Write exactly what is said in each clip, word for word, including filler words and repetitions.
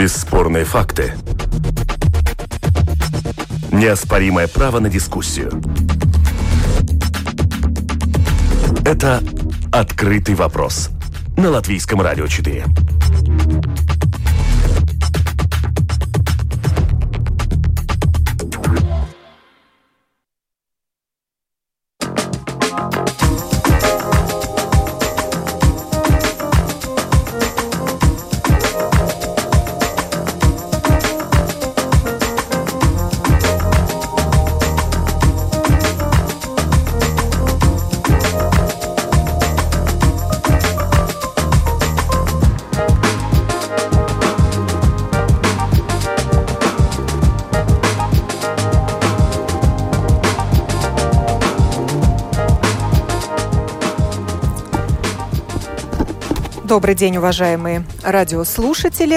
Бесспорные факты. Неоспоримое право на дискуссию. Это «Открытый вопрос» на Латвийском радио четыре. Добрый день, уважаемые радиослушатели.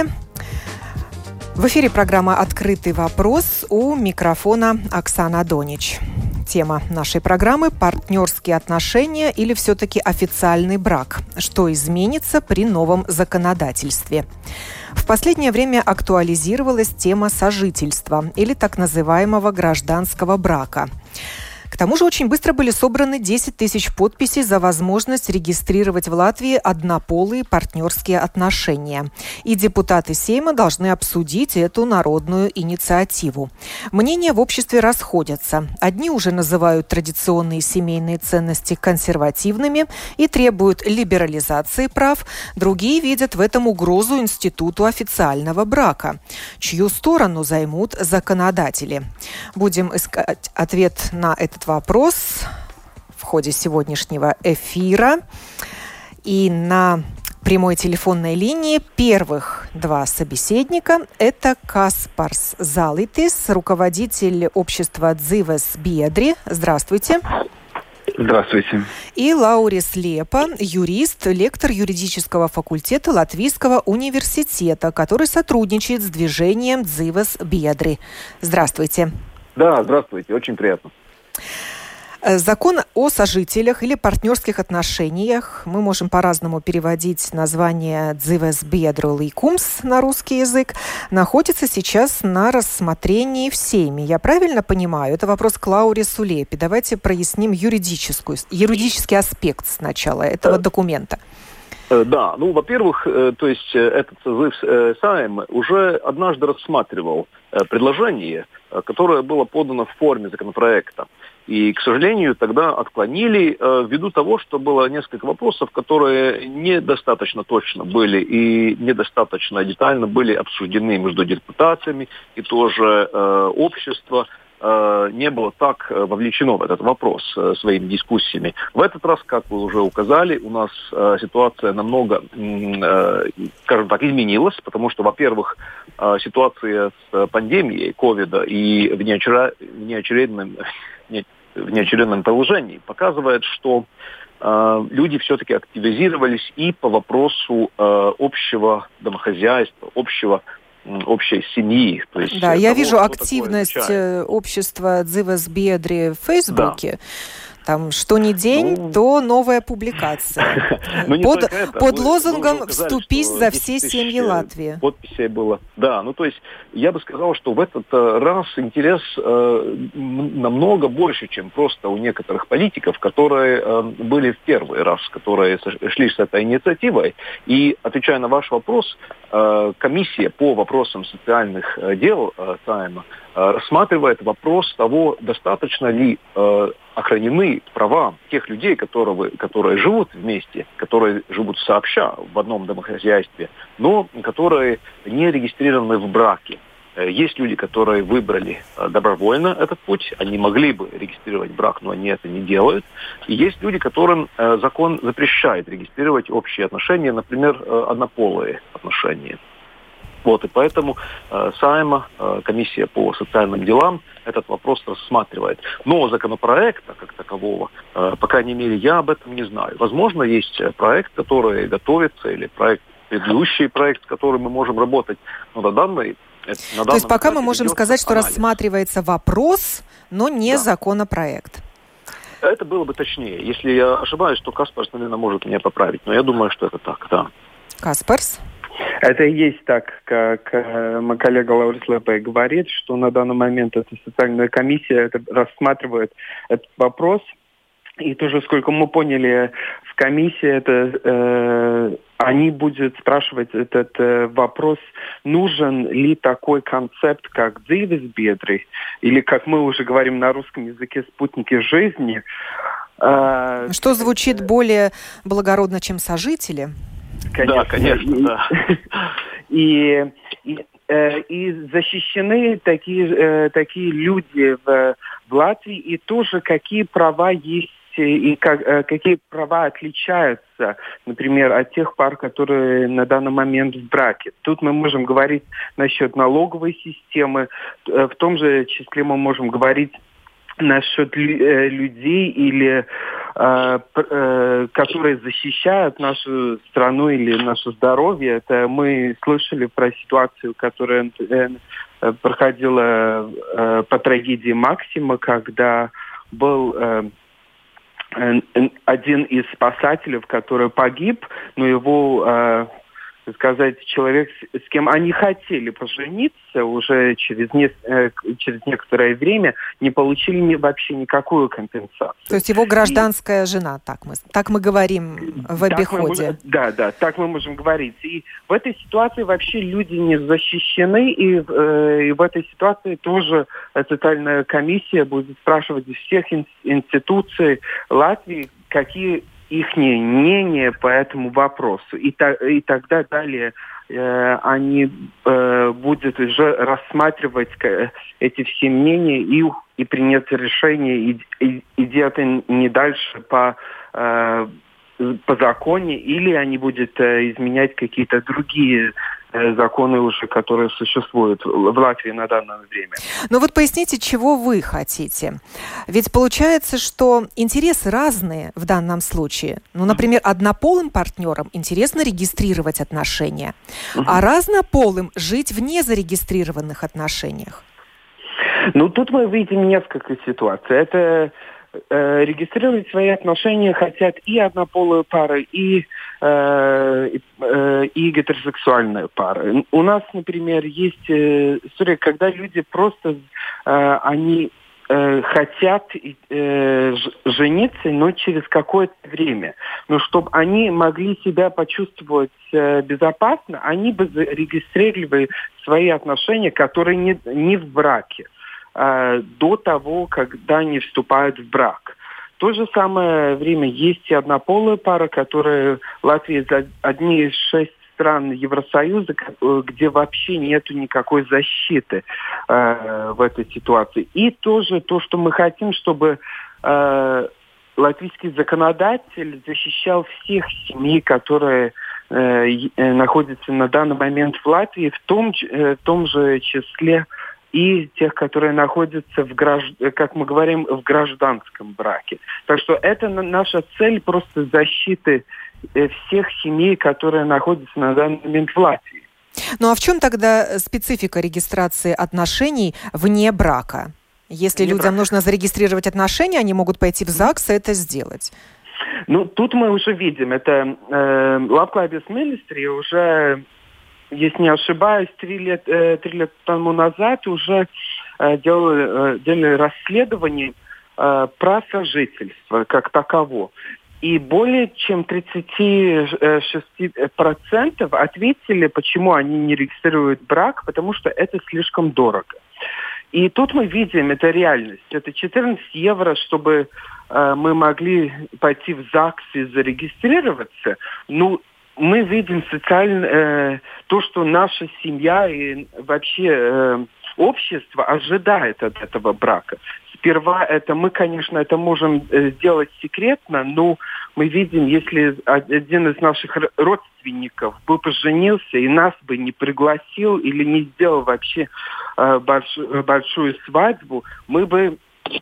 В эфире программа «Открытый вопрос», у микрофона Оксана Донич. Тема нашей программы – партнерские отношения или все-таки официальный брак. Что изменится при новом законодательстве? В последнее время актуализировалась тема сожительства или так называемого гражданского брака. К тому же очень быстро были собраны десять тысяч подписей за возможность регистрировать в Латвии однополые партнерские отношения. И депутаты Сейма должны обсудить эту народную инициативу. Мнения в обществе расходятся. Одни уже называют традиционные семейные ценности консервативными и требуют либерализации прав. Другие видят в этом угрозу институту официального брака, чью сторону займут законодатели. Будем искать ответ на этот вопрос в ходе сегодняшнего эфира. И на прямой телефонной линии первых два собеседника – это Каспарс Залитис, руководитель общества Dzīves biedri. Здравствуйте. Здравствуйте. И Лаурис Лепа, юрист, лектор юридического факультета Латвийского университета, который сотрудничает с движением Dzīves biedri. Здравствуйте. Да, здравствуйте. Очень приятно. Закон о сожителях или партнерских отношениях, мы можем по-разному переводить название Dzīves biedru likums на русский язык, находится сейчас на рассмотрении в Сейме. Я правильно понимаю? Это вопрос к Лаурису Лепе. Давайте проясним юридическую, юридический аспект сначала этого документа. Да, ну, во-первых, то есть этот созыв Сайм уже однажды рассматривал предложение, которое было подано в форме законопроекта. И, к сожалению, тогда отклонили э, ввиду того, что было несколько вопросов, которые недостаточно точно были и недостаточно детально были обсуждены между депутатами, и тоже э, общество э, не было так вовлечено в этот вопрос э, своими дискуссиями. В этот раз, как вы уже указали, у нас э, ситуация намного, э, скажем так, изменилась, потому что, во-первых, э, ситуация с пандемией ковида и в неочередном в неочередном положении показывает, что э, люди все-таки активизировались и по вопросу э, общего домохозяйства, общего, э, общей семьи. То есть, да, я того, вижу активность общества Dzīves biedri в Фейсбуке. Да. Там что ни день, ну, то новая публикация. Ну, под под лозунгом «Вступись за все семьи Латвии». Подписей было. Да, ну то есть я бы сказал, что в этот раз интерес э, намного больше, чем просто у некоторых политиков, которые э, были в первый раз, которые шли с этой инициативой. И, отвечая на ваш вопрос, э, комиссия по вопросам социальных э, дел э, Сайма э, рассматривает вопрос того, достаточно ли э, охранены права тех людей, которые, которые живут вместе, которые живут сообща в одном домохозяйстве, но которые не регистрированы в браке. Есть люди, которые выбрали добровольно этот путь, они могли бы регистрировать брак, но они это не делают. И есть люди, которым закон запрещает регистрировать общие отношения, например, однополые отношения. Вот, и поэтому э, Сайма, э, комиссия по социальным делам, этот вопрос рассматривает. Но законопроекта как такового, э, по крайней мере, я об этом не знаю. Возможно, есть проект, который готовится, или проект, предыдущий проект, с которым мы можем работать. Но на данный на То есть пока мы можем сказать, что анализ. Рассматривается вопрос, но не да. законопроект. Это было бы точнее. Если я ошибаюсь, то Каспарс, наверное, может меня поправить. Но я думаю, что это так, да. Каспарс? Это и есть так, как мой коллега Лаурис Лепе говорит, что на данный момент эта социальная комиссия это рассматривает этот вопрос. И тоже, сколько мы поняли, в комиссии это, э, они будут спрашивать этот э, вопрос, нужен ли такой концепт, как dzīvesbiedri, или, как мы уже говорим на русском языке, спутники жизни. Э, Что звучит более благородно, чем сожители? Конечно. Да, конечно, да. И, и, э, и защищены такие, э, такие люди в, в Латвии, и тоже какие права есть, и как, какие права отличаются, например, от тех пар, которые на данный момент в браке. Тут мы можем говорить насчет налоговой системы, в том же числе мы можем говорить насчет людей, или, э, э, которые защищают нашу страну или наше здоровье. Это мы слышали про ситуацию, которая э, проходила э, по трагедии Максима, когда был... Э, один из спасателей, который погиб, но его, э, сказать, человек, с кем они хотели пожениться, уже через, не, э, через некоторое время не получили ни, вообще никакую компенсацию. То есть его гражданская и... жена, так мы, так мы говорим в обиходе. Мы, да, да, так мы можем говорить. И в этой ситуации вообще люди не защищены, и, э, и в этой ситуации тоже социальная комиссия будет спрашивать из всех ин- институций Латвии, какие их мнение по этому вопросу. И, та, и тогда далее э, они э, будут уже рассматривать эти все мнения и, и принять решение, и, и, идет не дальше по, э, по закону, или они будут э, изменять какие-то другие э, законы уже, которые существуют в Латвии на данное время. Ну вот поясните, чего вы хотите. Ведь получается, что интересы разные в данном случае. Ну, например, однополым партнерам интересно регистрировать отношения, uh-huh. а разнополым жить в незарегистрированных отношениях. Ну, тут мы видим несколько ситуаций. Это э, регистрировать свои отношения хотят и однополые пары, и, э, э, и гетеросексуальные пары. У нас, например, есть э, история, когда люди просто, э, они э, хотят э, жениться, но через какое-то время. Но чтобы они могли себя почувствовать э, безопасно, они бы зарегистрировали свои отношения, которые не, не в браке, до того, когда они вступают в брак. В то же самое время есть и однополые пары, которые Латвия одни из шесть стран Евросоюза, где вообще нету никакой защиты э, в этой ситуации. И тоже то, что мы хотим, чтобы э, латвийский законодатель защищал всех семей, которые э, находятся на данный момент в Латвии, в том, э, в том же числе и тех, которые находятся, в гражд... как мы говорим, в гражданском браке. Так что это наша цель просто защиты всех семей, которые находятся на данный момент в Латвии. Ну а в чем тогда специфика регистрации отношений вне брака? Если вне людям брака. Нужно зарегистрировать отношения, они могут пойти в ЗАГС и это сделать. Ну, тут мы уже видим, это э, Лабклājības министрija уже... Если не ошибаюсь, три лет, э, три лет тому назад уже э, делали, э, делали расследование э, про сожительство как таково. И более чем тридцать шесть процентов ответили, почему они не регистрируют брак, потому что это слишком дорого. И тут мы видим, это реальность. Это четырнадцать евро, чтобы э, мы могли пойти в ЗАГС и зарегистрироваться. Ну, мы видим социально э, то, что наша семья и вообще э, общество ожидает от этого брака. Сперва это мы, конечно, это можем сделать секретно, но мы видим, если один из наших родственников бы поженился и нас бы не пригласил или не сделал вообще э, большую, большую свадьбу, мы бы,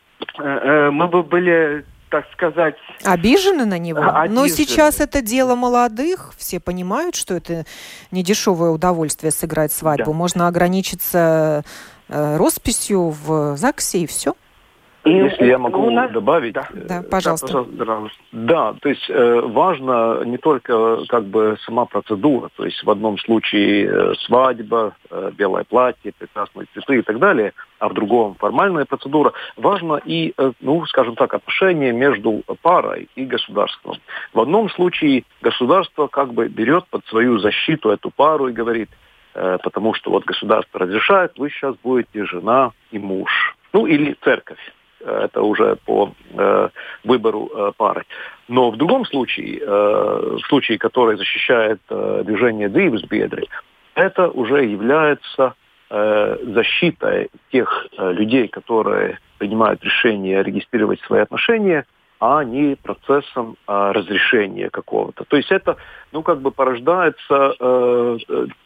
э, мы бы были... так сказать... Обижены на него? Обижены. Но сейчас это дело молодых. Все понимают, что это не дешевое удовольствие сыграть свадьбу. Да. Можно ограничиться э, росписью в ЗАГСе и все. Если я могу нас... добавить... Да, да, пожалуйста. Да, пожалуйста. Да, то есть э, важно не только как бы сама процедура, то есть в одном случае э, свадьба, э, белое платье, прекрасные цветы и так далее, а в другом формальная процедура. Важно и, э, ну, скажем так, отношения между парой и государством. В одном случае государство как бы берет под свою защиту эту пару и говорит, э, потому что вот государство разрешает, вы сейчас будете жена и муж. Ну, или церковь. Это уже по э, выбору э, пары. Но в другом случае, э, в случае, который защищает э, движение Dzīvesbiedri, это уже является э, защитой тех э, людей, которые принимают решение регистрировать свои отношения, а не процессом э, разрешения какого-то. То есть это, ну, как бы порождается э,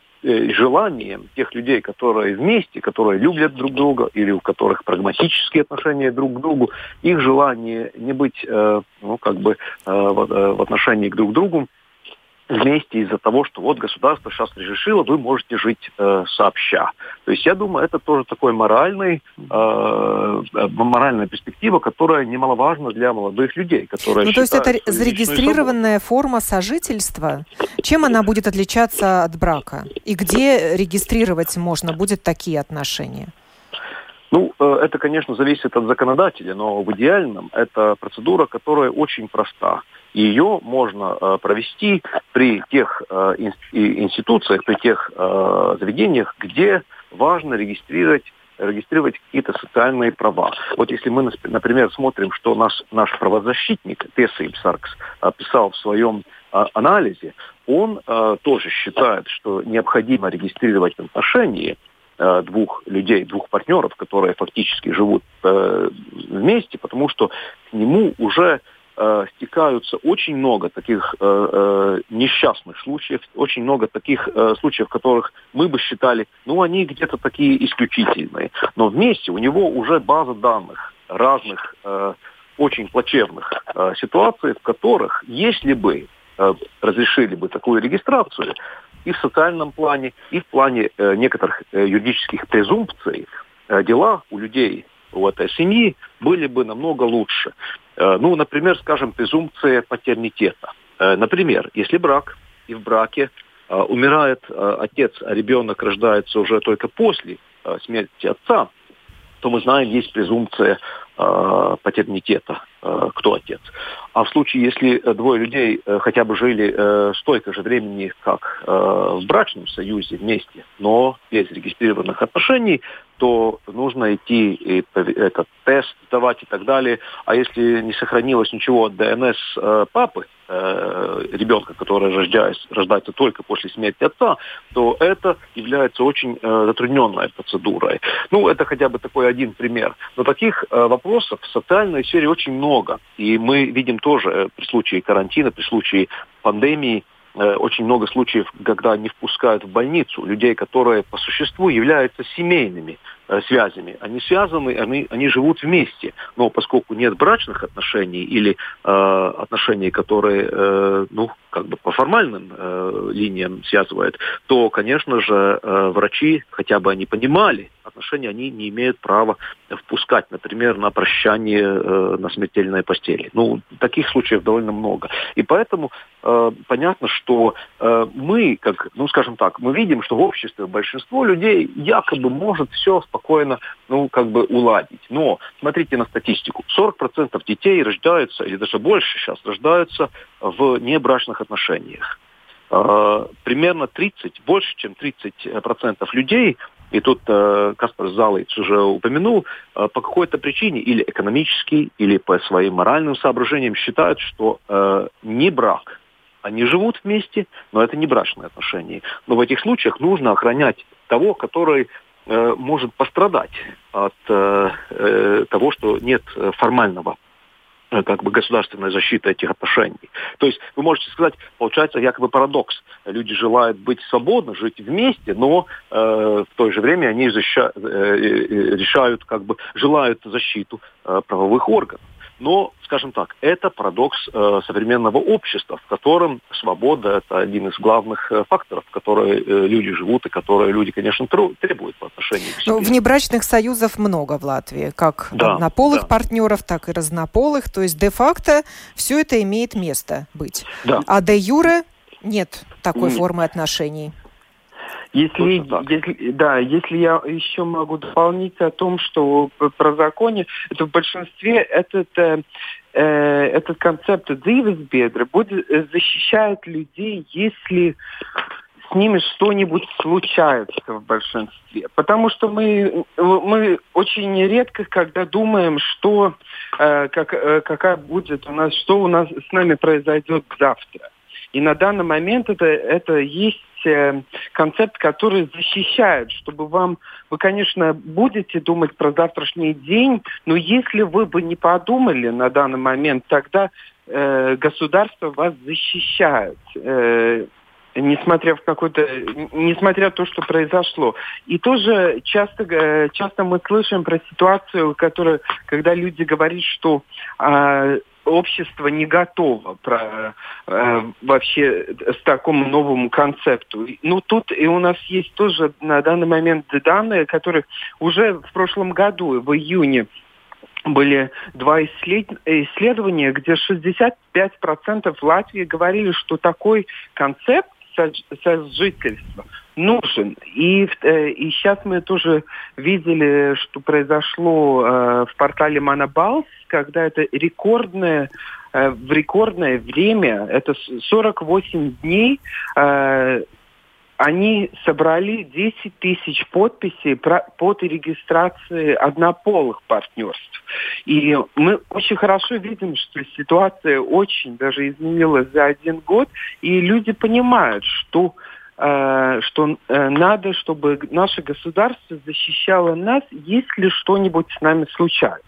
желанием тех людей, которые вместе, которые любят друг друга или у которых прагматические отношения друг к другу, их желание не быть, э, ну, как бы, э, в, э, в отношении к друг другу вместе из-за того, что вот государство сейчас разрешило, вы можете жить э, сообща. То есть я думаю, это тоже такой моральный, э, моральная перспектива, которая немаловажна для молодых людей, которые Ну, то есть это зарегистрированная форма сожительства. Чем она будет отличаться от брака? И где регистрировать можно будет такие отношения? Ну, это, конечно, зависит от законодателя, но в идеальном это процедура, которая очень проста. Ее можно провести при тех институциях, при тех заведенииях, где важно регистрировать регистрировать какие-то социальные права. Вот если мы, например, смотрим, что наш, наш правозащитник Tiesības sargs писал в своем а, анализе, он а, тоже считает, что необходимо регистрировать отношения а, двух людей, двух партнеров, которые фактически живут а, вместе, потому что к нему уже стекаются очень много таких э, э, несчастных случаев, очень много таких э, случаев, которых мы бы считали, ну, они где-то такие исключительные. Но вместе у него уже база данных разных э, очень плачевных э, ситуаций, в которых, если бы э, разрешили бы такую регистрацию, и в социальном плане, и в плане э, некоторых э, юридических презумпций, э, дела у людей у этой семьи были бы намного лучше. Ну, например, скажем, презумпция патернитета. Например, если брак, и в браке умирает отец, а ребенок рождается уже только после смерти отца, то мы знаем, есть презумпция патернитета, кто отец. А в случае, если двое людей хотя бы жили столько же времени, как в брачном союзе вместе, но без регистрированных отношений, то нужно идти и этот тест сдавать и так далее. А если не сохранилось ничего от ДНС э, папы, э, ребенка, который рождается, рождается только после смерти отца, то это является очень э, затрудненной процедурой. Ну, это хотя бы такой один пример. Но таких э, вопросов в социальной сфере очень много. И мы видим тоже э, при случае карантина, при случае пандемии, очень много случаев, когда не впускают в больницу людей, которые по существу являются семейными э, связями. Они связаны, они, они живут вместе. Но поскольку нет брачных отношений или э, отношений, которые э, ну, как бы по формальным э, линиям связывают, то, конечно же, э, врачи, хотя бы они понимали, отношения они не имеют права впускать, например, на прощание э, на смертельной постели. Ну, таких случаев довольно много. И поэтому э, понятно, что э, мы, как, ну, скажем так, мы видим, что в обществе большинство людей якобы может все спокойно, ну, как бы уладить. Но смотрите на статистику. сорок процентов детей рождаются, или даже больше сейчас, рождаются в небрачных отношениях. Э, примерно тридцать, больше, чем тридцать процентов людей, и тут э, Каспар Залыц уже упомянул, э, по какой-то причине, или экономически, или по своим моральным соображениям, считают, что э, не брак. Они живут вместе, но это не брачные отношения. Но в этих случаях нужно охранять того, который э, может пострадать от э, э, того, что нет формального как бы государственной защиты этих отношений. То есть вы можете сказать, получается якобы парадокс. Люди желают быть свободны, жить вместе, но э, в то же время они защища, э, решают, как бы желают защиту э, правовых органов. Но, скажем так, это парадокс э, современного общества, в котором свобода – это один из главных э, факторов, в которые э, люди живут и которые люди, конечно, тру- требуют по отношению к себе. Ну, внебрачных союзов много в Латвии, как да, однополых да. партнеров, так и разнополых. То есть де-факто все это имеет место быть. Да. А де-юре нет такой Нет. формы отношений. Если, если, да, если я еще могу дополнить о том, что про законе, это в большинстве этот, э, этот концепт dzīvesbiedra будет защищает людей, если с ними что-нибудь случается в большинстве. Потому что мы, мы очень редко, когда думаем, что э, как, э, какая будет у нас, что у нас с нами произойдет завтра. И на данный момент это, это есть концепт, который защищает, чтобы вам, вы, конечно, будете думать про завтрашний день, но если вы бы не подумали на данный момент, тогда э, государство вас защищает, э, несмотря в какой-то, несмотря на то, что произошло. И тоже часто, часто мы слышим про ситуацию, которая, когда люди говорят, что э, общество не готово про, э, вообще с такому новому концепту. Ну, тут и у нас есть тоже на данный момент данные, которые уже в прошлом году, в июне, были два исследования, где шестьдесят пять процентов Латвии говорили, что такой концепт сожительства нужен. И, и сейчас мы тоже видели, что произошло э, в портале Манабалс, когда это рекордное, э, в рекордное время, это сорок восемь дней, э, они собрали десять тысяч подписей под регистрацией однополых партнерств. И мы очень хорошо видим, что ситуация очень даже изменилась за один год, и люди понимают, что, э, что э, надо, чтобы наше государство защищало нас, если что-нибудь с нами случается.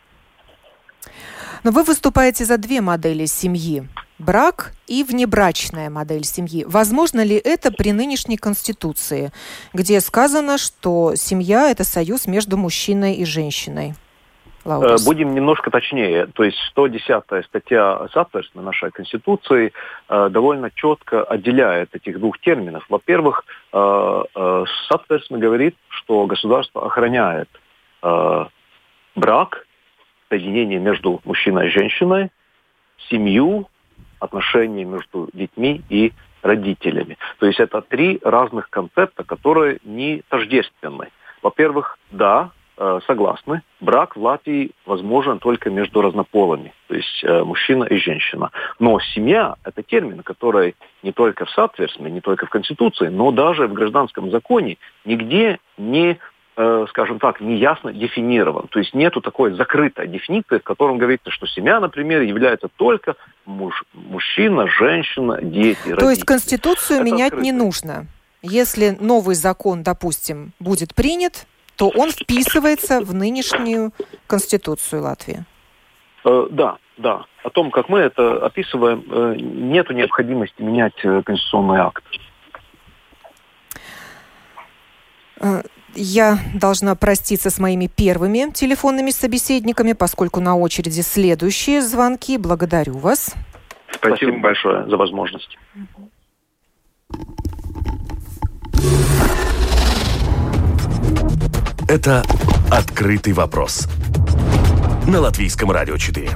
Но вы выступаете за две модели семьи. Брак и внебрачная модель семьи. Возможно ли это при нынешней Конституции, где сказано, что семья – это союз между мужчиной и женщиной? Лаурис. Будем немножко точнее. То есть сто десятая статья Сатверсна нашей Конституции э, довольно четко отделяет этих двух терминов. Во-первых, э, э, Сатверсна говорит, что государство охраняет э, брак, соединение между мужчиной и женщиной, семью, отношения между детьми и родителями. То есть это три разных концепта, которые не тождественны. Во-первых, да, э, согласны, брак в Латвии возможен только между разнополыми, то есть э, мужчина и женщина. Но семья – это термин, который не только в Сатверсме, не только в Конституции, но даже в гражданском законе нигде не скажем так, неясно дефинирован. То есть нету такой закрытой дефиниции, в котором говорится, что семья, например, является только муж, мужчина, женщина, дети, родители. То есть Конституцию Это менять открыто. Не нужно. Если новый закон, допустим, будет принят, то он вписывается в нынешнюю Конституцию Латвии. Э, да, да. О том, как мы это описываем, э, нету необходимости менять э, конституционный акт. Я должна проститься с моими первыми телефонными собеседниками, поскольку на очереди следующие звонки. Благодарю вас. Спасибо, Спасибо большое за возможность. Это «Открытый вопрос» на Латвийском радио четыре.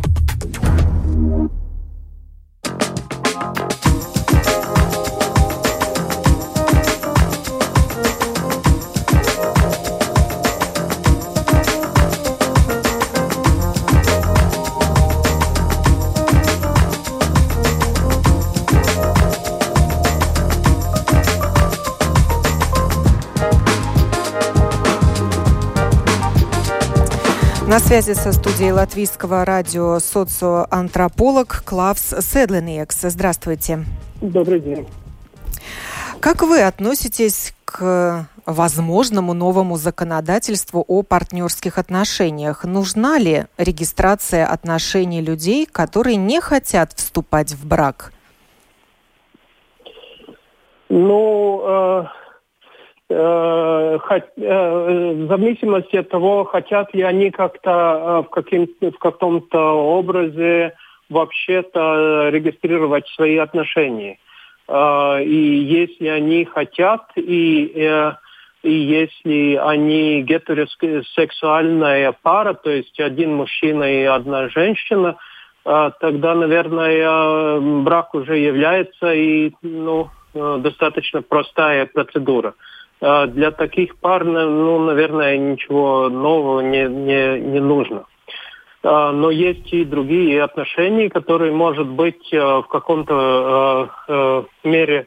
На связи со студией Латвийского радио социоантрополог Клавс Седлениекс. Здравствуйте. Добрый день. Как вы относитесь к возможному новому законодательству о партнерских отношениях? Нужна ли регистрация отношений людей, которые не хотят вступать в брак? Ну, э, э, хоть, э, в зависимости от того, хотят ли они как-то э, в, каким, в каком-то образе вообще-то регистрировать свои отношения. Э, и если они хотят, и, э, и если они гетеросексуальная пара, то есть один мужчина и одна женщина, э, тогда, наверное, брак уже является и, ну, достаточно простая процедура. Для таких пар, ну, наверное, ничего нового не, не, не нужно. Но есть и другие отношения, которые, может быть, в каком-то мере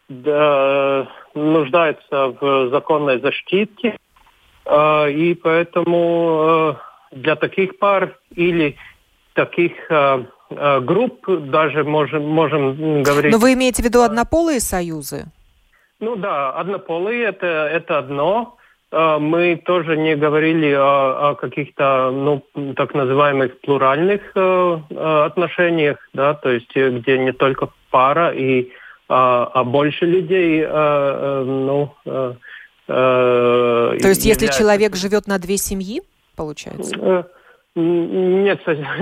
нуждаются в законной защите. И поэтому для таких пар или таких групп даже можем, можем говорить... Но вы имеете в виду однополые союзы? Ну да, однополые это, это одно. Мы тоже не говорили о, о каких-то, ну, так называемых плуральных э, отношениях, да, то есть где не только пара, и, а, а больше людей, э, э, ну... Э, э, то есть если человек живет на две семьи, получается? Нет,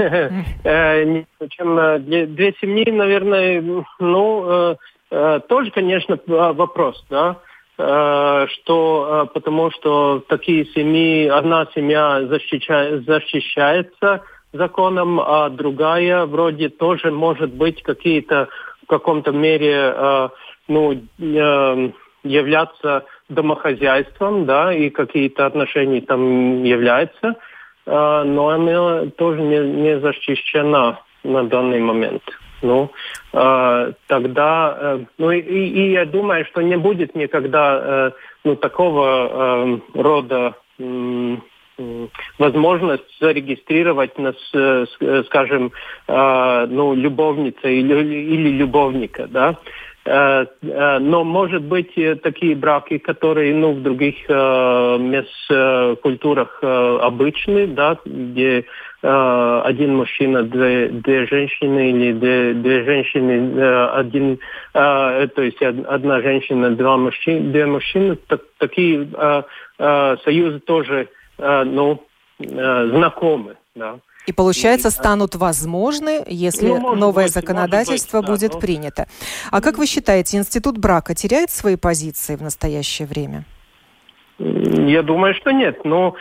чем две семьи, наверное, ну, тоже, конечно, вопрос, да, что, потому что такие семьи, одна семья защищает, защищается законом, а другая вроде тоже может быть какие-то в каком-то мере, ну, являться домохозяйством, да, и какие-то отношения там являются. Но она тоже не, не защищена на данный момент. Ну, э, тогда, э, ну и, и я думаю, что не будет никогда э, ну, такого э, рода э, возможность зарегистрировать нас, э, скажем, э, ну, любовница или, или любовника, да. Но, может быть, такие браки, которые, ну, в других э, мест, э, культурах э, обычны, да, где э, один мужчина, две, две женщины, или две, две женщины, э, один, э, то есть одна женщина, два мужчины, две мужчины, так, такие э, э, союзы тоже, э, ну, э, знакомы, да. И, получается, станут возможны, если ну, новое быть, законодательство быть, будет да, но... принято. А как вы считаете, институт брака теряет свои позиции в настоящее время? Я думаю, что нет. Но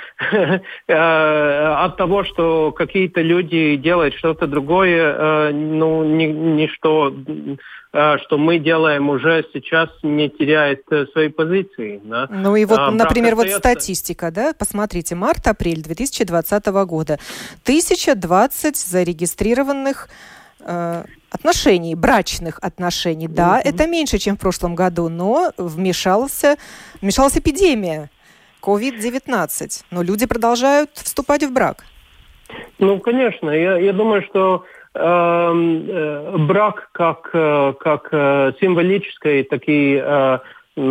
от того, что какие-то люди делают что-то другое, ну, ничто, что мы делаем уже сейчас, не теряет свои позиции. Да? Ну и вот, например, вот статистика, да? Посмотрите, март-апрель две тысячи двадцатого года. тысяча двадцать зарегистрированных э, отношений, брачных отношений. Да, mm-hmm. это меньше, чем в прошлом году, но вмешался, вмешалась эпидемия ковид девятнадцать. Но люди продолжают вступать в брак. Ну, конечно. Я, я думаю, что э, э, брак как, э, как э, символический такой, э,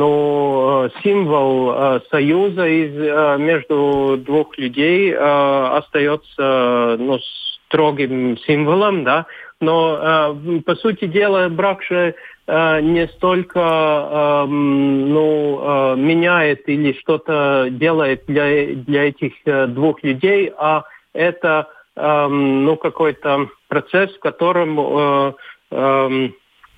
ну, символ э, союза из, э, между двух людей э, остается, ну, строгим символом, да. Но, э, по сути дела, брак же э, не столько э, ну, э, меняет или что-то делает для, для этих э, двух людей, а это э, ну, какой-то процесс, в котором э, э,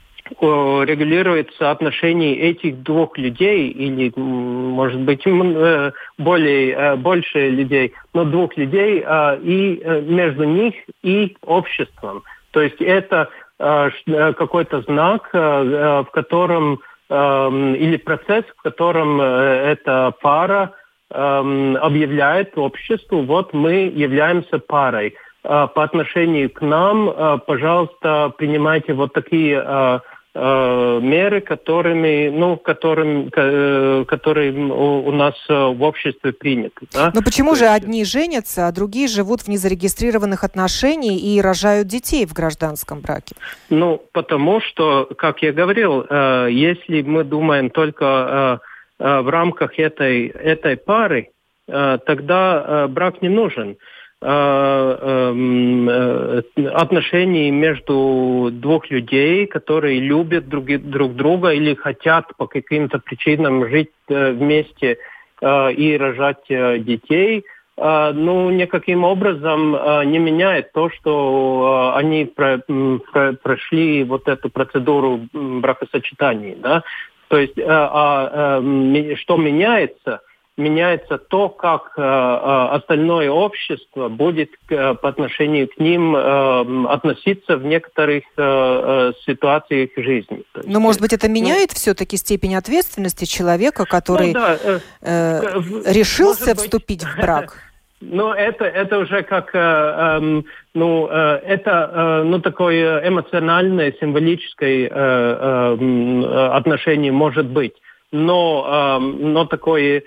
регулируется отношения этих двух людей, или, может быть, э, более, э, больше людей, но двух людей, э, и э, между них и обществом. То есть это э, какой-то знак, э, в котором, э, или процесс, в котором э, эта пара э, объявляет обществу, вот мы являемся парой. Э, по отношению к нам, э, пожалуйста, принимайте вот такие э, э, меры, которыми, ну, которым, э, которые у, у нас в обществе приняты. Да? Но почему То же есть... одни женятся, а другие живут в незарегистрированных отношениях и рожают детей в гражданском браке? Ну, потому что, как я говорил, э, если мы думаем только э, э, в рамках этой, этой пары, э, тогда э, брак не нужен. отношений между двух людей, которые любят друг, друг друга или хотят по каким-то причинам жить вместе и рожать детей, ну, никаким образом не меняет то, что они про, про, прошли вот эту процедуру бракосочетания, да. То есть, а, а, что меняется? Меняется то, как э, остальное общество будет э, по отношению к ним э, относиться в некоторых э, ситуациях жизни. То есть, Но, может быть, это меняет ну, все-таки степень ответственности человека, который ну, да, э, э, решился вступить быть, в брак? Ну, это, это уже как, э, э, ну, э, это, э, ну, такое эмоциональное, символическое э, э, отношение может быть. Но, э, но такое...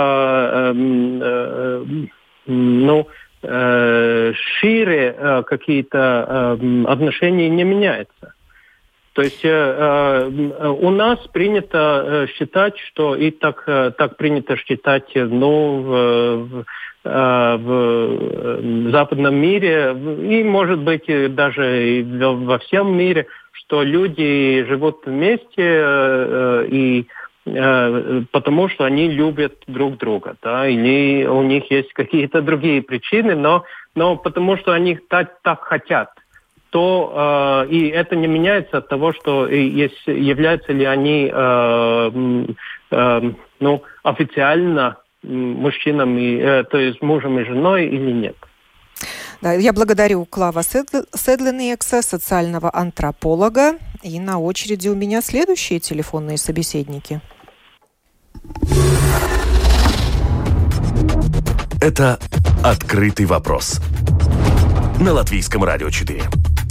ну, шире какие-то отношения не меняются. То есть у нас принято считать, что и так, так принято считать, ну, в, в западном мире, и, может быть, даже во всем мире, что люди живут вместе и потому что они любят друг друга, да, или у них есть какие-то другие причины, но, но потому что они так, так хотят, то э, и это не меняется от того, что есть, являются ли они э, э, ну, официально мужчинами, э, то есть мужем и женой или нет. Да, я благодарю Клава Седленекса, социального антрополога. И на очереди у меня следующие телефонные собеседники. Это «Открытый вопрос» на Латвийском радио четыре.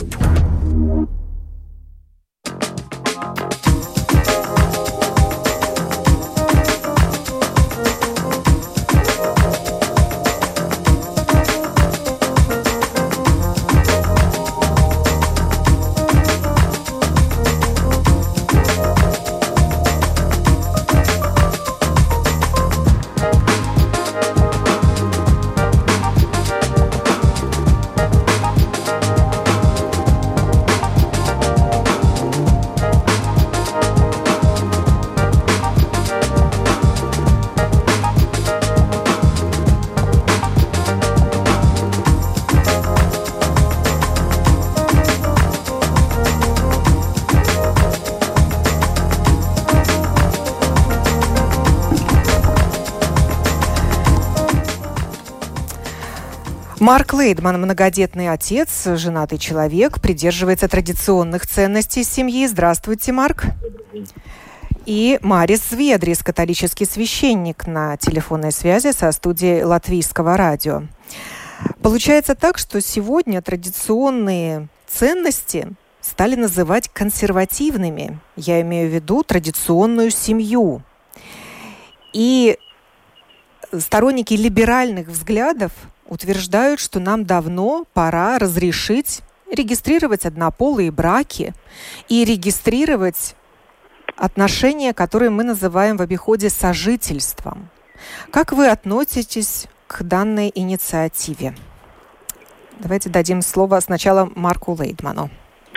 Марк Лейдман, многодетный отец, женатый человек, придерживается традиционных ценностей семьи. Здравствуйте, Марк. И Марис Зwiedris, католический священник, на телефонной связи со студией Латвийского радио. Получается так, что сегодня традиционные ценности стали называть консервативными. Я имею в виду традиционную семью. И сторонники либеральных взглядов утверждают, что нам давно пора разрешить регистрировать однополые браки и регистрировать отношения, которые мы называем в обиходе сожительством. Как вы относитесь к данной инициативе? Давайте дадим слово сначала Марку Лейдману.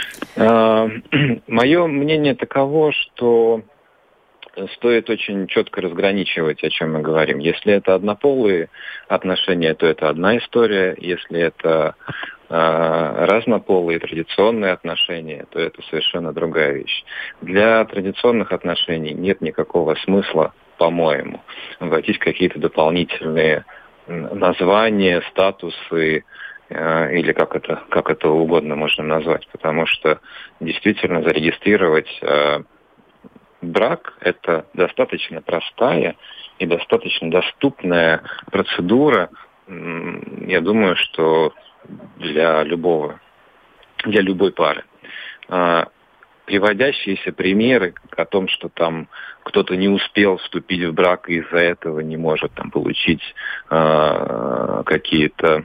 Мое мнение таково, что стоит очень четко разграничивать, о чем мы говорим. Если это однополые отношения, то это одна история. Если это э, разнополые традиционные отношения, то это совершенно другая вещь. Для традиционных отношений нет никакого смысла, по-моему, вводить какие-то дополнительные названия, статусы, э, или как это, как это угодно можно назвать. Потому что действительно зарегистрировать э, брак – это достаточно простая и достаточно доступная процедура, я думаю, что для любого, для любой пары. Приводящиеся примеры о том, что там кто-то не успел вступить в брак и из-за этого не может там получить какие-то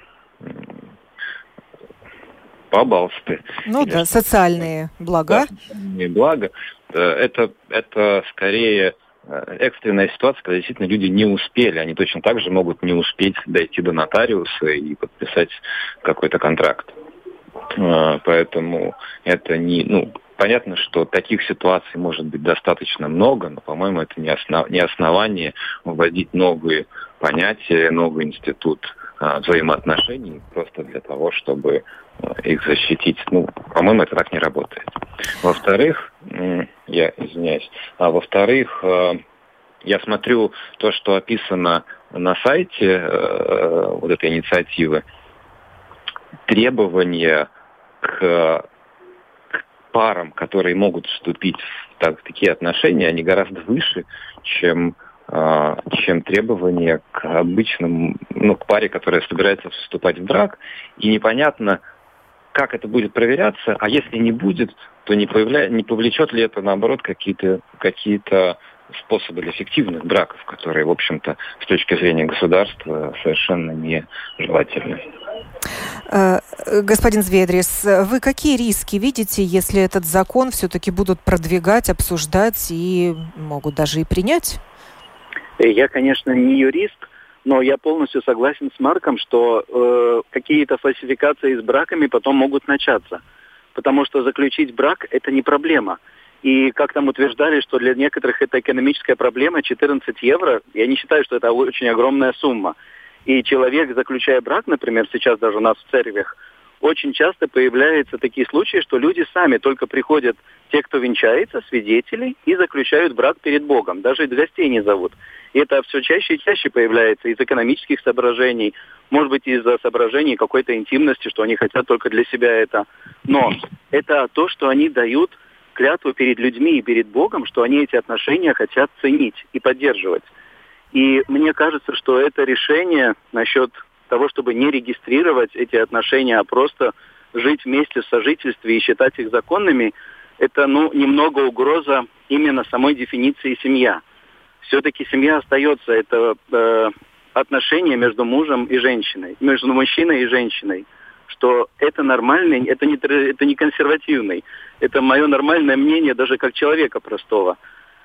побалсты. Ну да, социальные блага. Да, социальные блага. Это, это скорее экстренная ситуация, когда действительно люди не успели. Они точно так же могут не успеть дойти до нотариуса и подписать какой-то контракт. Поэтому это не... Ну, понятно, что таких ситуаций может быть достаточно много, но, по-моему, это не, основ... не основание вводить новые понятия, новый институт взаимоотношений просто для того, чтобы их защитить. Ну, по-моему, это так не работает. Во-вторых, я извиняюсь, а во-вторых, я смотрю то, что описано на сайте вот этой инициативы, требования к парам, которые могут вступить в так, такие отношения, они гораздо выше, чем чем требования к обычному, ну, к паре, которая собирается вступать в брак, и непонятно, как это будет проверяться, а если не будет, то не, появля... не повлечет ли это, наоборот, какие-то, какие-то способы для фиктивных браков, которые, в общем-то, с точки зрения государства совершенно нежелательны. Господин Зведрис, вы какие риски видите, если этот закон все-таки будут продвигать, обсуждать и могут даже и принять? Я, конечно, не юрист, но я полностью согласен с Марком, что э, какие-то фальсификации с браками потом могут начаться. Потому что заключить брак – это не проблема. И как там утверждали, что для некоторых это экономическая проблема, четырнадцать евро, я не считаю, что это очень огромная сумма. И человек, заключая брак, например, сейчас даже у нас в церквях, очень часто появляются такие случаи, что люди сами только приходят, те, кто венчается, свидетели, и заключают брак перед Богом. Даже гостей не зовут. И это все чаще и чаще появляется из экономических соображений, может быть, из-за соображений какой-то интимности, что они хотят только для себя это. Но это то, что они дают клятву перед людьми и перед Богом, что они эти отношения хотят ценить и поддерживать. И мне кажется, что это решение насчет того, чтобы не регистрировать эти отношения, а просто жить вместе в сожительстве и считать их законными, это, ну, немного угроза именно самой дефиниции семья. Все-таки семья остается, это э, отношения между мужем и женщиной, между мужчиной и женщиной, что это нормальный, это не, это не консервативный, это мое нормальное мнение даже как человека простого.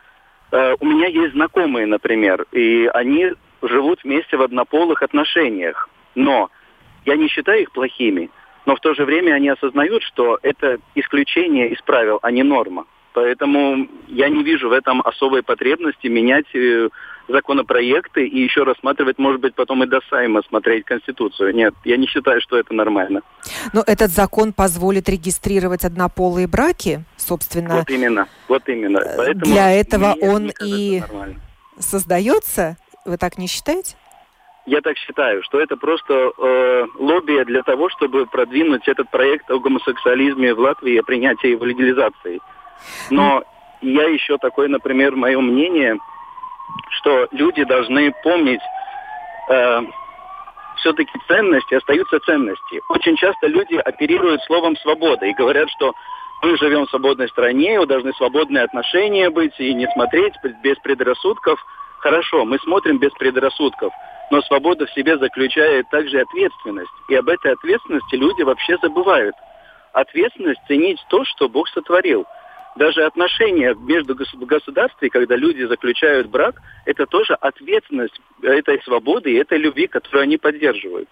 Э, у меня есть знакомые, например, и они живут вместе в однополых отношениях, но я не считаю их плохими, но в то же время они осознают, что это исключение из правил, а не норма. Поэтому я не вижу в этом особой потребности менять законопроекты и еще рассматривать, может быть, потом и до Сайма смотреть Конституцию. Нет, я не считаю, что это нормально. Но этот закон позволит регистрировать однополые браки, собственно. Вот именно, вот именно. Поэтому для этого мне, он мне кажется, и нормально. Создается? Вы так не считаете? Я так считаю, что это просто э, лобби для того, чтобы продвинуть этот проект о гомосексуализме в Латвии и о принятии его легализации. Но я еще такое, например, мое мнение, что люди должны помнить, э, все-таки ценности остаются ценности. Очень часто люди оперируют словом «свобода» и говорят, что мы живем в свободной стране, должны свободные отношения быть и не смотреть без предрассудков. Хорошо, мы смотрим без предрассудков, но свобода в себе заключает также ответственность. И об этой ответственности люди вообще забывают. Ответственность ценить то, что Бог сотворил. Даже отношения между государствами, когда люди заключают брак, это тоже ответственность этой свободы и этой любви, которую они поддерживают.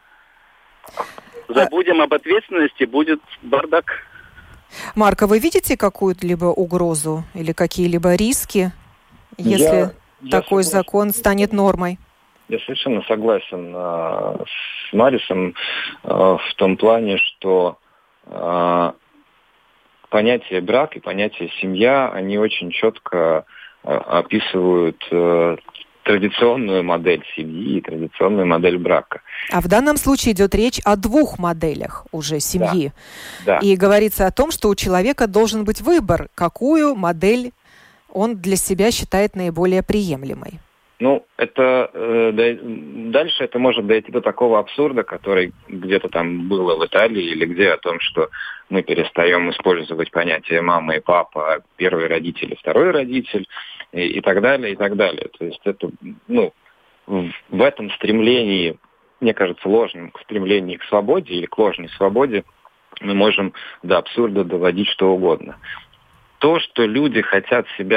Забудем об ответственности, будет бардак. Марко, вы видите какую-либо угрозу или какие-либо риски, если я, такой я закон станет нормой? Я совершенно согласен э, с Марисом э, в том плане, что э, понятие брак и понятие семья, они очень четко э, описывают э, традиционную модель семьи и традиционную модель брака. А в данном случае идет речь о двух моделях уже семьи. Да, да. И говорится о том, что у человека должен быть выбор, какую модель он для себя считает наиболее приемлемой. Ну, это э, дальше это может дойти до такого абсурда, который где-то там было в Италии или где, о том, что мы перестаем использовать понятие мама и папа, первый родитель и второй родитель, и, и так далее, и так далее. То есть это, ну, в, в этом стремлении, мне кажется, ложном стремлении к свободе или к ложной свободе мы можем до абсурда доводить что угодно. То, что люди хотят себя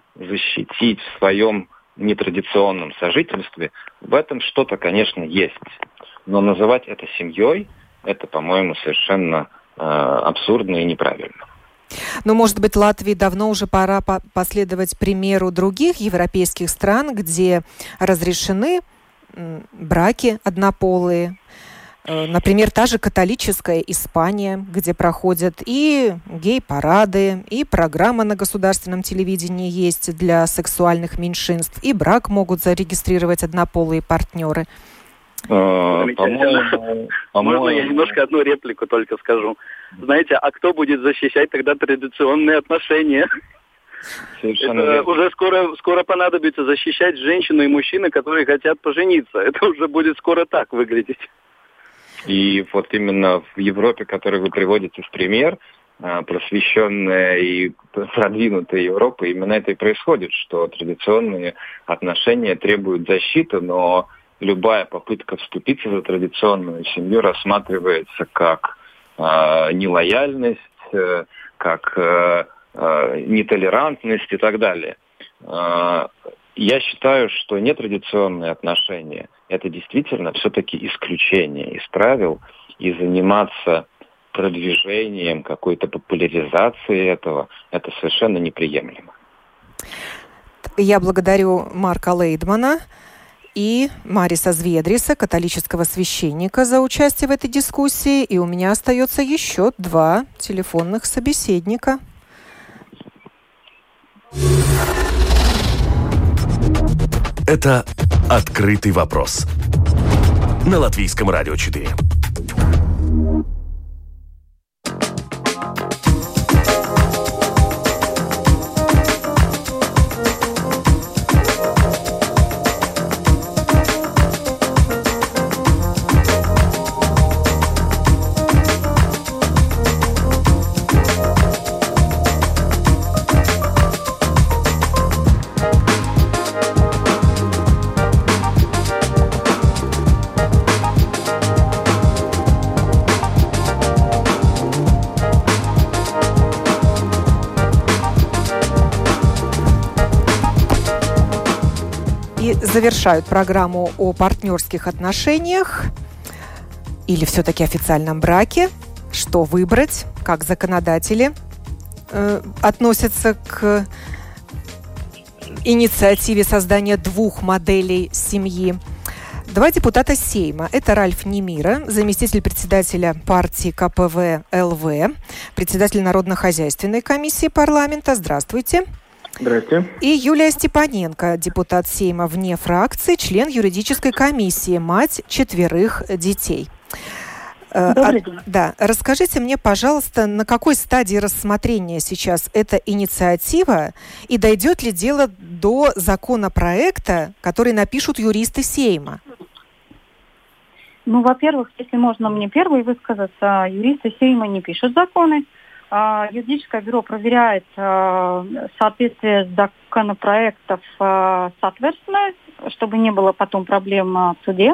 защитить в своем нетрадиционном сожительстве, в этом что-то, конечно, есть. Но называть это семьей, это, по-моему, совершенно э, абсурдно и неправильно. Но, может быть, Латвии давно уже пора по- последовать примеру других европейских стран, где разрешены м, браки однополые. Э, например, та же католическая Испания, где проходят и гей-парады, и программа на государственном телевидении есть для сексуальных меньшинств, и брак могут зарегистрировать однополые партнеры. По-моему, по-моему... Можно я немножко одну реплику только скажу? Знаете, а кто будет защищать тогда традиционные отношения? Совершенно Это верно. Уже скоро, скоро понадобится защищать женщину и мужчину, которые хотят пожениться. Это уже будет скоро так выглядеть. И вот именно в Европе, которую вы приводите в пример, просвещенная и продвинутая Европа, именно это и происходит, что традиционные отношения требуют защиты, но любая попытка вступиться за традиционную семью рассматривается как э, нелояльность, э, как э, э, нетолерантность и так далее. Э, я считаю, что нетрадиционные отношения – это действительно все-таки исключение из правил, и заниматься продвижением, какой-то популяризацией этого – это совершенно неприемлемо. Я благодарю Марка Лейдмана и Мариса Зwiedриса, католического священника, за участие в этой дискуссии. И у меня остается еще два телефонных собеседника. Это «Открытый вопрос» на Латвийском радио четыре. Завершают программу о партнерских отношениях или все-таки официальном браке. Что выбрать, как законодатели э, относятся к инициативе создания двух моделей семьи. Два депутата Сейма. Это Ральф Немира, заместитель председателя партии ка пэ вэ эл вэ, председатель Народно-хозяйственной комиссии парламента. Здравствуйте. Здравствуйте. И Юлия Степаненко, депутат Сейма вне фракции, член юридической комиссии, мать четверых детей. Добрый день. А, да, расскажите мне, пожалуйста, на какой стадии рассмотрения сейчас эта инициатива и дойдет ли дело до законопроекта, который напишут юристы Сейма? Ну, во-первых, если можно мне первой высказаться, юристы Сейма не пишут законы. Юридическое бюро проверяет соответствие законопроектов соответственно, чтобы не было потом проблем в суде.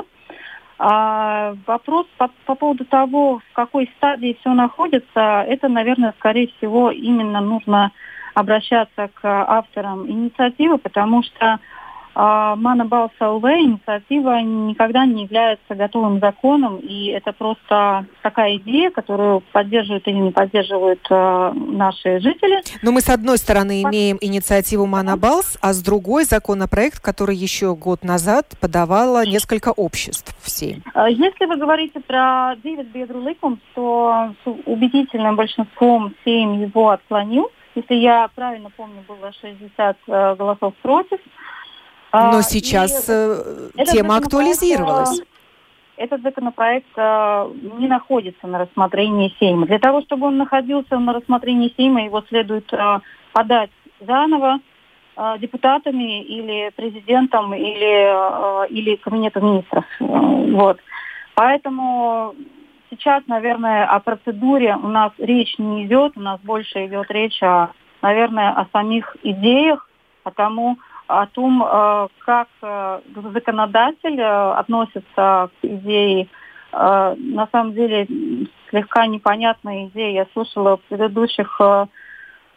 Вопрос по, по поводу того, в какой стадии все находится, это, наверное, скорее всего, именно нужно обращаться к авторам инициативы, потому что Mana Balss эл вэ инициатива никогда не является готовым законом, и это просто такая идея, которую поддерживают или не поддерживают э, наши жители. Но мы, с одной стороны, имеем инициативу Mana Balss, а с другой законопроект, который еще год назад подавало несколько обществ в Сейм. Если вы говорите про Дэвид Бедруликум, то с убедительным большинством Сейм его отклонил. Если я правильно помню, было шестьдесят э, голосов против. Но сейчас и тема актуализировалась. Этот законопроект э, не находится на рассмотрении Сейма. Для того, чтобы он находился на рассмотрении Сейма, его следует э, подать заново э, депутатами или президентом, или, э, или Кабинетом министров. Вот. Поэтому сейчас, наверное, о процедуре у нас речь не идет. У нас больше идет речь, о, наверное, о самих идеях, о тому, о том, как законодатель относится к идее. На самом деле, слегка непонятная идея. Я слушала в предыдущих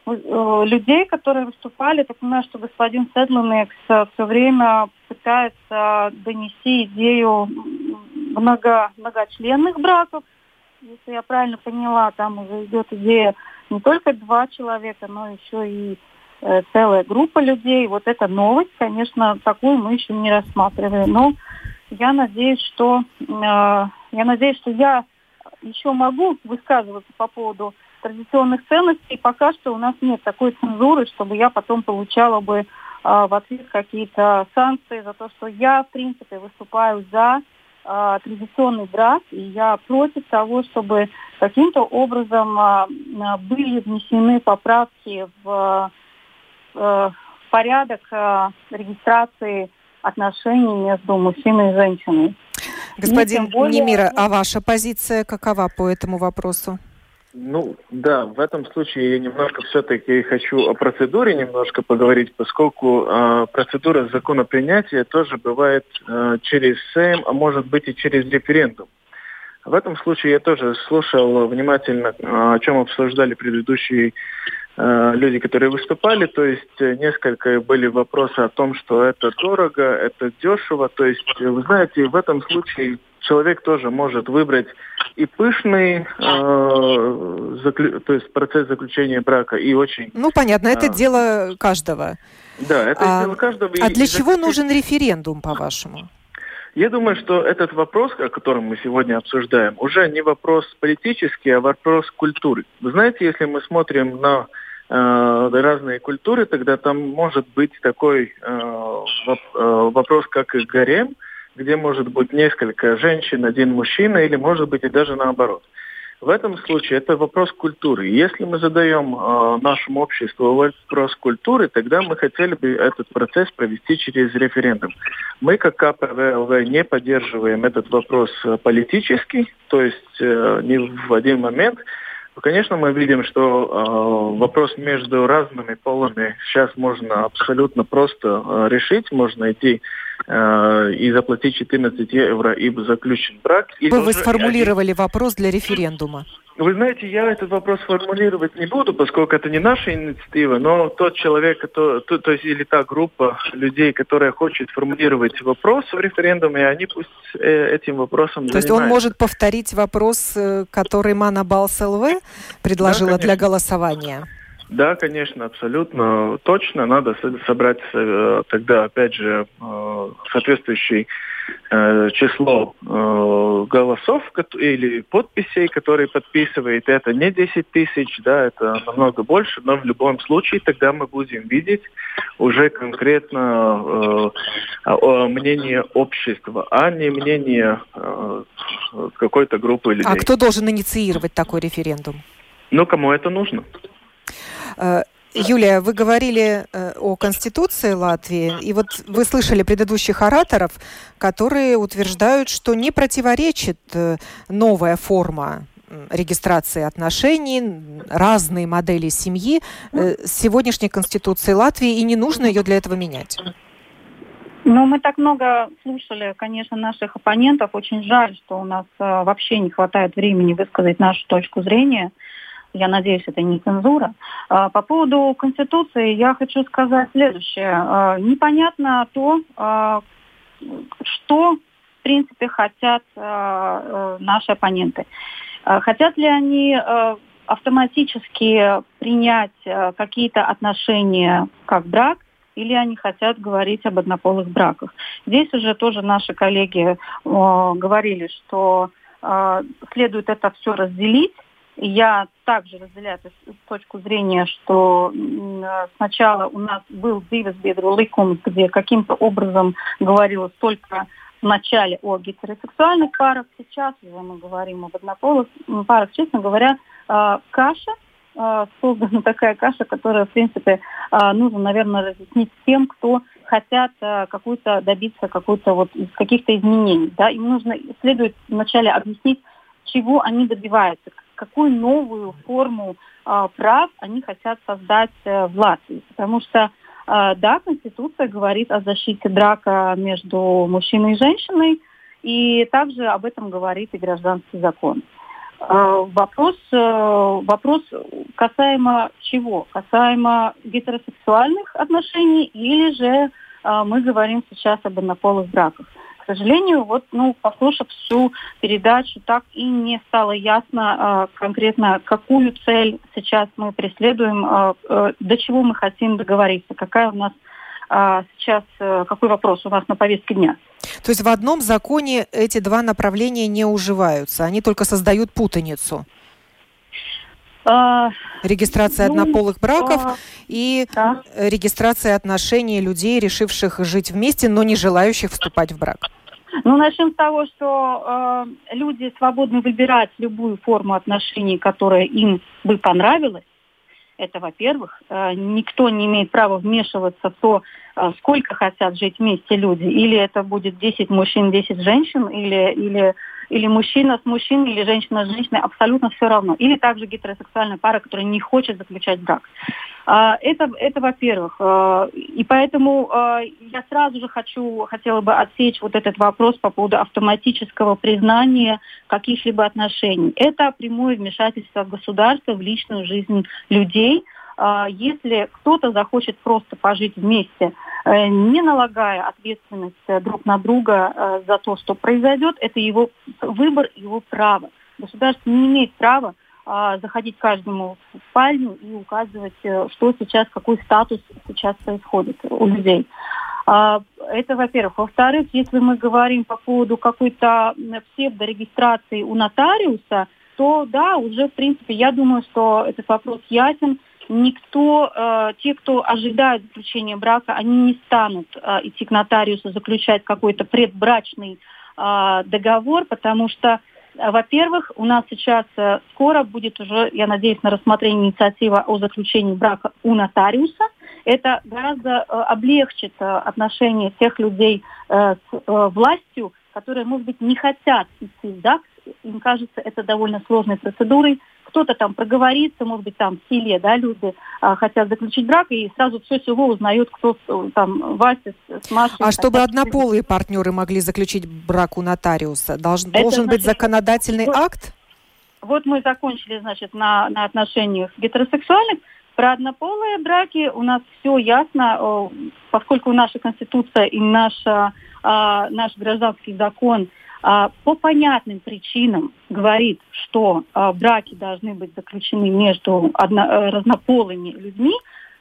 э, людей, которые выступали. Так понимаю, что господин Седлинекс все время пытается донести идею много, многочленных браков. Если я правильно поняла, там уже идет идея не только два человека, но еще и э, целая группа людей. Вот эта новость, конечно, такую мы еще не рассматривали. Но я надеюсь, что э, я надеюсь, что я еще могу высказываться по поводу традиционных ценностей. Пока что у нас нет такой цензуры, чтобы я потом получала бы э, в ответ какие-то санкции за то, что я, в принципе, выступаю за э, традиционный брак, и я против того, чтобы каким-то образом э, были внесены поправки в, э, в порядок э, регистрации отношений между мужчиной и женщиной. Господин более... Немира, а ваша позиция какова по этому вопросу? Ну, да, в этом случае я немножко все-таки хочу о процедуре немножко поговорить, поскольку э, процедура законопринятия тоже бывает э, через Сейм, а может быть и через референдум. В этом случае я тоже слушал внимательно, о чем обсуждали предыдущие э, люди, которые выступали. То есть несколько были вопросы о том, что это дорого, это дешево. То есть, вы знаете, в этом случае человек тоже может выбрать и пышный, э, заклю... то есть процесс заключения брака, и очень... Ну, понятно, это э... дело каждого. Да, это а, дело каждого. А и, для и чего заключить... нужен референдум, по-вашему? Я думаю, что этот вопрос, о котором мы сегодня обсуждаем, уже не вопрос политический, а вопрос культуры. Вы знаете, если мы смотрим на э, разные культуры, тогда там может быть такой э, вопрос, как и гарем, где может быть несколько женщин, один мужчина, или может быть и даже наоборот. В этом случае это вопрос культуры. Если мы задаем э, нашему обществу вопрос культуры, тогда мы хотели бы этот процесс провести через референдум. Мы, как ка пэ вэ эл вэ, не поддерживаем этот вопрос политически, то есть э, не в один момент. Конечно, мы видим, что э, вопрос между разными полами сейчас можно абсолютно просто э, решить. Можно идти э, и заплатить четырнадцать евро, и заключен брак. И Вы, вы сформулировали один... вопрос для референдума. Вы знаете, я этот вопрос формулировать не буду, поскольку это не наша инициатива, но тот человек, то, то, то есть или та группа людей, которая хочет формулировать вопрос в референдуме, они пусть э, этим вопросом То занимаются. есть он может повторить вопрос, который Мана Балс эл вэ предложила, да, для голосования? Да, конечно, абсолютно точно. Надо собрать э, тогда, опять же, э, соответствующий э, число э, голосов или подписей, которые подписывает. Это не десять тысяч, да, это намного больше, но в любом случае тогда мы будем видеть уже конкретно э, э, мнение общества, а не мнение э, какой-то группы людей. А кто должен инициировать такой референдум? Ну, кому это нужно? Юлия, вы говорили о Конституции Латвии, и вот вы слышали предыдущих ораторов, которые утверждают, что не противоречит новая форма регистрации отношений, разные модели семьи сегодняшней Конституции Латвии, и не нужно ее для этого менять. Ну, мы так много слушали, конечно, наших оппонентов. Очень жаль, что у нас вообще не хватает времени высказать нашу точку зрения. Я надеюсь, это не цензура. По поводу Конституции я хочу сказать следующее. Непонятно то, что, в принципе, хотят наши оппоненты. Хотят ли они автоматически принять какие-то отношения как брак, или они хотят говорить об однополых браках? Здесь уже тоже наши коллеги говорили, что следует это все разделить. Я также разделяю точку зрения, что сначала у нас был Дивисбедру ликум, где каким-то образом говорилось только в начале о гетеросексуальных парах, сейчас уже мы говорим об однополых парах. Честно говоря, каша, создана такая каша, которая, в принципе, нужно, наверное, разъяснить тем, кто хотят какую-то добиться какую-то вот, каких-то изменений. Да? Им нужно, следует вначале объяснить, чего они добиваются, какую новую форму э, прав они хотят создать э, в Латвии. Потому что, э, да, Конституция говорит о защите брака между мужчиной и женщиной, и также об этом говорит и гражданский закон. Вопрос, вопрос касаемо чего? Касаемо гетеросексуальных отношений или же мы говорим сейчас об однополых браках? К сожалению, вот, ну, послушав всю передачу, так и не стало ясно конкретно, какую цель сейчас мы преследуем, до чего мы хотим договориться, какая у нас сейчас, какой вопрос у нас на повестке дня. То есть в одном законе эти два направления не уживаются, они только создают путаницу? А, регистрация ну, однополых браков а, и да. регистрация отношений людей, решивших жить вместе, но не желающих вступать в брак. Ну, начнем с того, что э, люди свободны выбирать любую форму отношений, которая им бы понравилась. Это, во-первых, никто не имеет права вмешиваться в то, сколько хотят жить вместе люди. Или это будет десять мужчин, десять женщин, или, или, или мужчина с мужчиной, или женщина с женщиной, абсолютно все равно. Или также гетеросексуальная пара, которая не хочет заключать брак. Это, это во-первых. И поэтому я сразу же хочу, хотела бы отсечь вот этот вопрос по поводу автоматического признания каких-либо отношений. Это прямое вмешательство государства в личную жизнь людей. Если кто-то захочет просто пожить вместе, не налагая ответственность друг на друга за то, что произойдет, это его выбор, его право. Государство не имеет права заходить каждому в спальню и указывать, что сейчас, какой статус сейчас происходит у людей. Это, во-первых. Во-вторых, если мы говорим по поводу какой-то псевдорегистрации у нотариуса, то да, уже, в принципе, я думаю, что этот вопрос ясен. Никто, э, те, кто ожидает заключения брака, они не станут э, идти к нотариусу заключать какой-то предбрачный э, договор, потому что, э, во-первых, у нас сейчас э, скоро будет уже, я надеюсь, на рассмотрение инициатива о заключении брака у нотариуса. Это гораздо э, облегчит э, отношения тех людей э, с э, властью, которые, может быть, не хотят идти в ЗАГС. Им кажется, это довольно сложной процедурой. Кто-то там проговорится, может быть, там в селе, да, люди а, хотят заключить брак, и сразу все село узнает, кто там Вася с, с Машей. А чтобы однополые партнеры могли заключить брак у нотариуса, должен, должен значит, быть законодательный вот, акт? Вот мы закончили, значит, на, на отношениях гетеросексуальных. Про однополые браки у нас все ясно, поскольку наша Конституция и наша, наш гражданский закон по понятным причинам говорит, что э, браки должны быть заключены между одно, э, разнополыми людьми,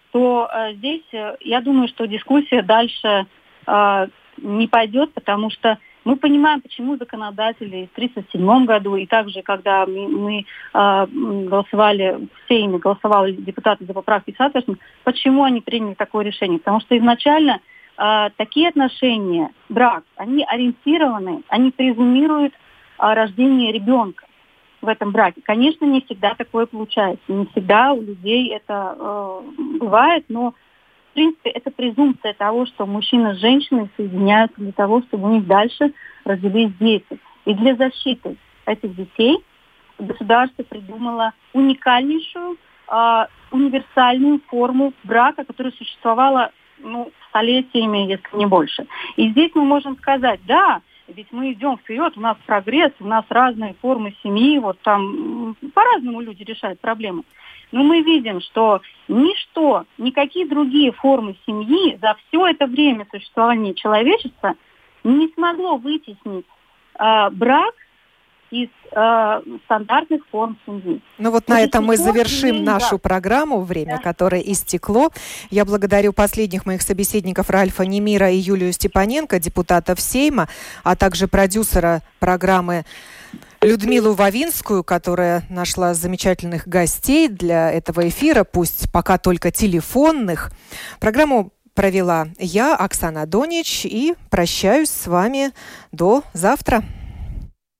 то э, здесь, э, я думаю, что дискуссия дальше э, не пойдет, потому что мы понимаем, почему законодатели в тридцать седьмом году, и также, когда мы, мы э, голосовали, в Сейме голосовали депутаты за поправки соответственно, почему они приняли такое решение. Потому что изначально Uh, такие отношения, брак, они ориентированы, они презумируют uh, рождение ребенка в этом браке. Конечно, не всегда такое получается, не всегда у людей это uh, бывает, но, в принципе, это презумпция того, что мужчина с женщиной соединяются для того, чтобы у них дальше родились дети. И для защиты этих детей государство придумало уникальнейшую, uh, универсальную форму брака, которая существовала ну, столетиями, если не больше. И здесь мы можем сказать, да, ведь мы идем вперед, у нас прогресс, у нас разные формы семьи, вот там по-разному люди решают проблемы. Но мы видим, что ничто, никакие другие формы семьи за все это время существования человечества не смогло вытеснить э, брак из э, стандартных форм семьи. Ну вот, вот на этом мы завершим нашу да. программу, время, да. которое истекло. Я благодарю последних моих собеседников Ральфа Немира и Юлию Степаненко, депутатов Сейма, а также продюсера программы Людмилу Вавинскую, которая нашла замечательных гостей для этого эфира, пусть пока только телефонных. Программу провела я, Оксана Донич, и прощаюсь с вами до завтра.